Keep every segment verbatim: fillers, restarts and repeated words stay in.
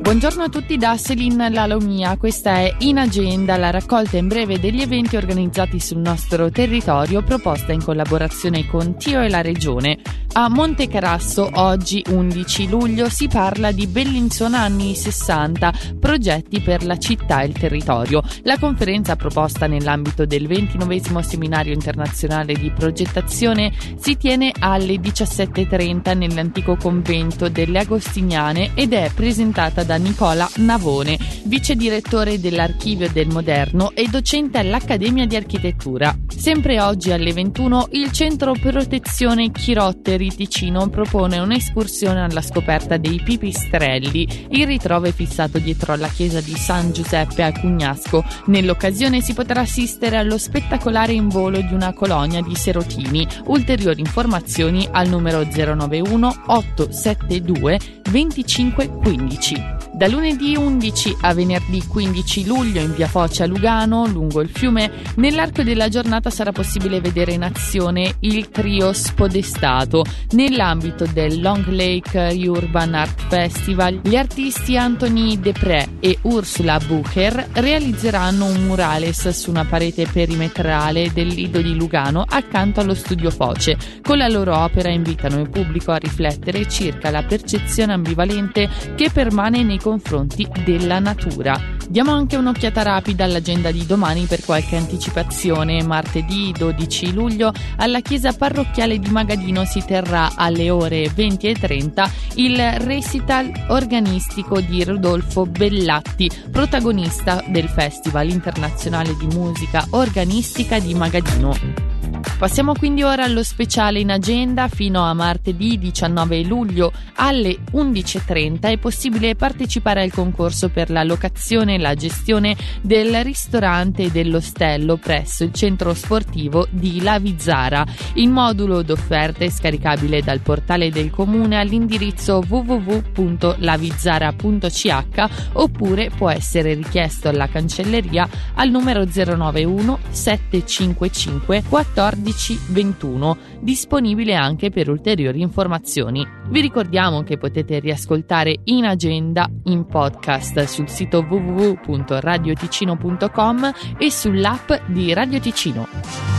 Buongiorno a tutti da Céline Lalomia, questa è In Agenda, la raccolta in breve degli eventi organizzati sul nostro territorio, proposta in collaborazione con Tio e la Regione. A Montecarasso oggi undici luglio si parla di Bellinzona anni sessanta, progetti per la città e il territorio. La conferenza proposta nell'ambito del ventinovesimo seminario internazionale di progettazione si tiene alle diciassette e trenta nell'antico convento delle Agostiniane ed è presentata da Nicola Navone, vice direttore dell'Archivio del Moderno e docente all'Accademia di Architettura. Sempre oggi alle ventuno il Centro Protezione Chirotteri Ticino propone un'escursione alla scoperta dei pipistrelli. Il ritrovo è fissato dietro alla chiesa di San Giuseppe a Cugnasco. Nell'occasione si potrà assistere allo spettacolare involo di una colonia di serotini. Ulteriori informazioni al numero zero nove uno otto sette due venticinque quindici. Da lunedì undici a venerdì quindici luglio in via Foce a Lugano, lungo il fiume, nell'arco della giornata sarà possibile vedere in azione il trio Spodestato. Nell'ambito del Long Lake Urban Art Festival, gli artisti Anthony Depré e Ursula Bucher realizzeranno un murales su una parete perimetrale del Lido di Lugano accanto allo studio Foce. Con la loro opera invitano il pubblico a riflettere circa la percezione ambivalente che permane nei confronti della natura. Diamo anche un'occhiata rapida all'agenda di domani per qualche anticipazione. Martedì dodici luglio alla chiesa parrocchiale di Magadino si terrà alle ore venti e trenta il recital organistico di Rodolfo Bellatti, protagonista del Festival Internazionale di Musica Organistica di Magadino. Passiamo quindi ora allo speciale In Agenda. Fino a martedì diciannove luglio alle undici e trenta è possibile partecipare al concorso per la locazione e la gestione del ristorante e dell'ostello presso il centro sportivo di Lavizzara. Il modulo d'offerta è scaricabile dal portale del comune all'indirizzo w w w punto lavizzara punto c h oppure può essere richiesto alla cancelleria al numero zero nove uno sette cinque cinque quattordici ventuno, disponibile anche per ulteriori informazioni. Vi ricordiamo che potete riascoltare In Agenda in podcast sul sito w w w punto radio ticino punto com e sull'app di Radio Ticino.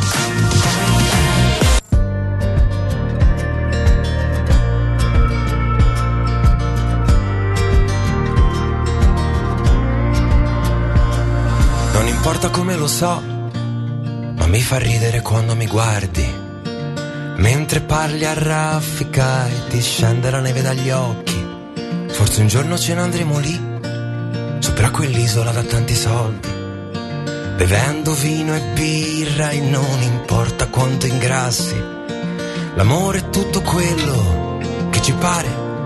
Non importa come lo so, ma mi fa ridere quando mi guardi mentre parli a raffica e ti scende la neve dagli occhi. Forse un giorno ce ne andremo lì, sopra quell'isola da tanti soldi, bevendo vino e birra e non importa quanto ingrassi. L'amore è tutto quello che ci pare.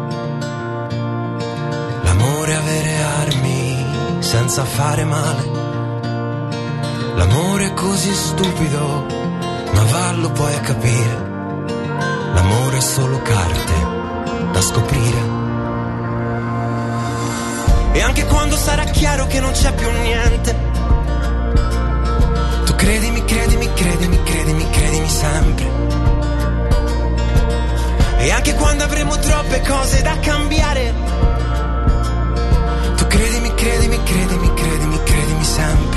L'amore è avere armi senza fare male. L'amore è così stupido, ma vallo poi a capire. L'amore è solo carte da scoprire. E anche quando sarà chiaro che non c'è più niente, tu credimi, credimi, credimi, credimi, credimi sempre. E anche quando avremo troppe cose da cambiare, tu credimi, credimi, credimi, credimi, credimi sempre.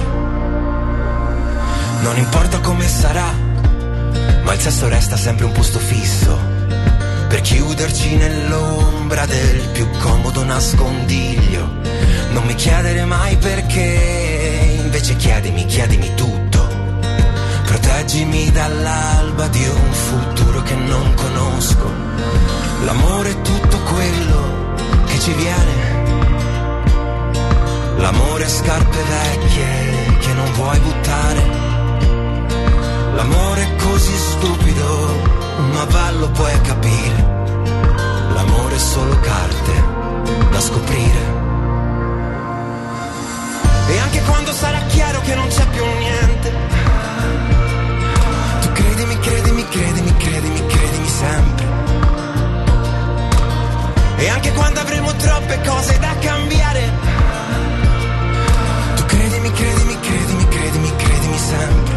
Non importa come sarà, ma il sesso resta sempre un posto fisso, per chiuderci nell'ombra del più comodo nascondiglio. Non mi chiedere mai perché, invece chiedimi, chiedimi tutto. Proteggimi dall'alba di un futuro che non conosco. L'amore è tutto quello che ci viene. L'amore è scarpe vecchie che non vuoi buttare. L'amore è così stupido, ma vallo poi a capire. L'amore è solo carte da scoprire. E anche quando sarà chiaro che non c'è più niente, tu credimi, credimi, credimi, credimi, credimi sempre. E anche quando avremo troppe cose da cambiare, tu credimi, credimi, credimi, credimi, credimi sempre.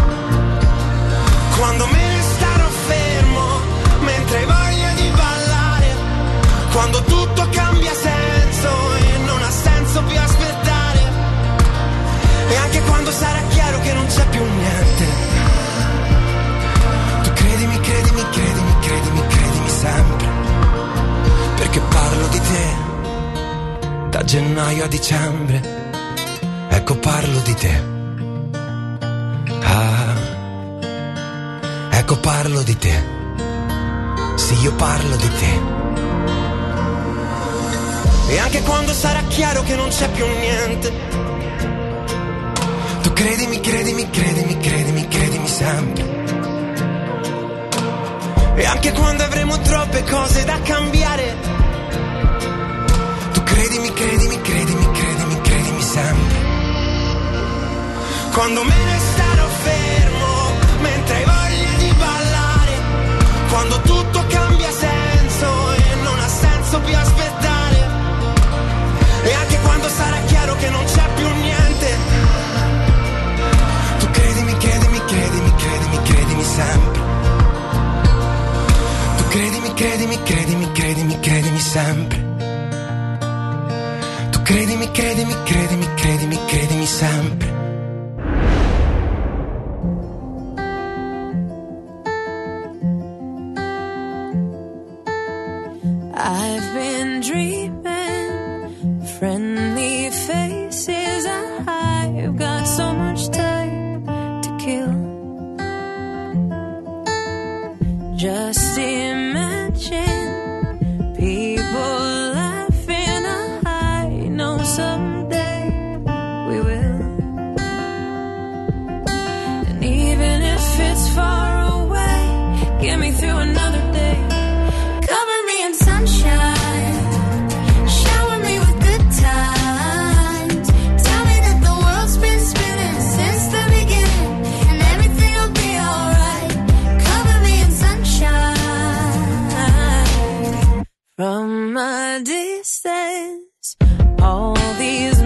Quando me ne starò fermo, mentre hai voglia di ballare, quando tutto cambia senso e non quando sarà chiaro che non c'è più niente. Tu credimi, credimi, credimi, credimi, credimi sempre, perché parlo di te da gennaio a dicembre. Ecco, parlo di te. Ah, ecco, parlo di te. Sì, io parlo di te. E anche quando sarà chiaro che non c'è più niente, tu credimi, credimi, credimi, credimi, credimi sempre. E anche quando avremo troppe cose da cambiare, tu credimi, credimi, credimi, credimi, credimi sempre. Quando me ne starò fermo, mentre hai voglia di ballare, quando tutto cambia senso e non ha senso più aspettare, e anche quando sarà chiaro che non c'è più niente, tu credimi, credimi, credimi, credimi, credimi sempre. Tu credimi, credimi, credimi, credimi, credimi sempre. Tu credimi, credimi, credimi, credimi, credimi sempre. I've been dreaming, friendly faces, I've got so much time to kill. Just imagine people laughing, I know someday we will. And even if it's far away, get me through another day. Sunshine, shower me with good times. Tell me that the world's been spinning since the beginning, and everything will be alright. Cover me in sunshine. From a distance, all these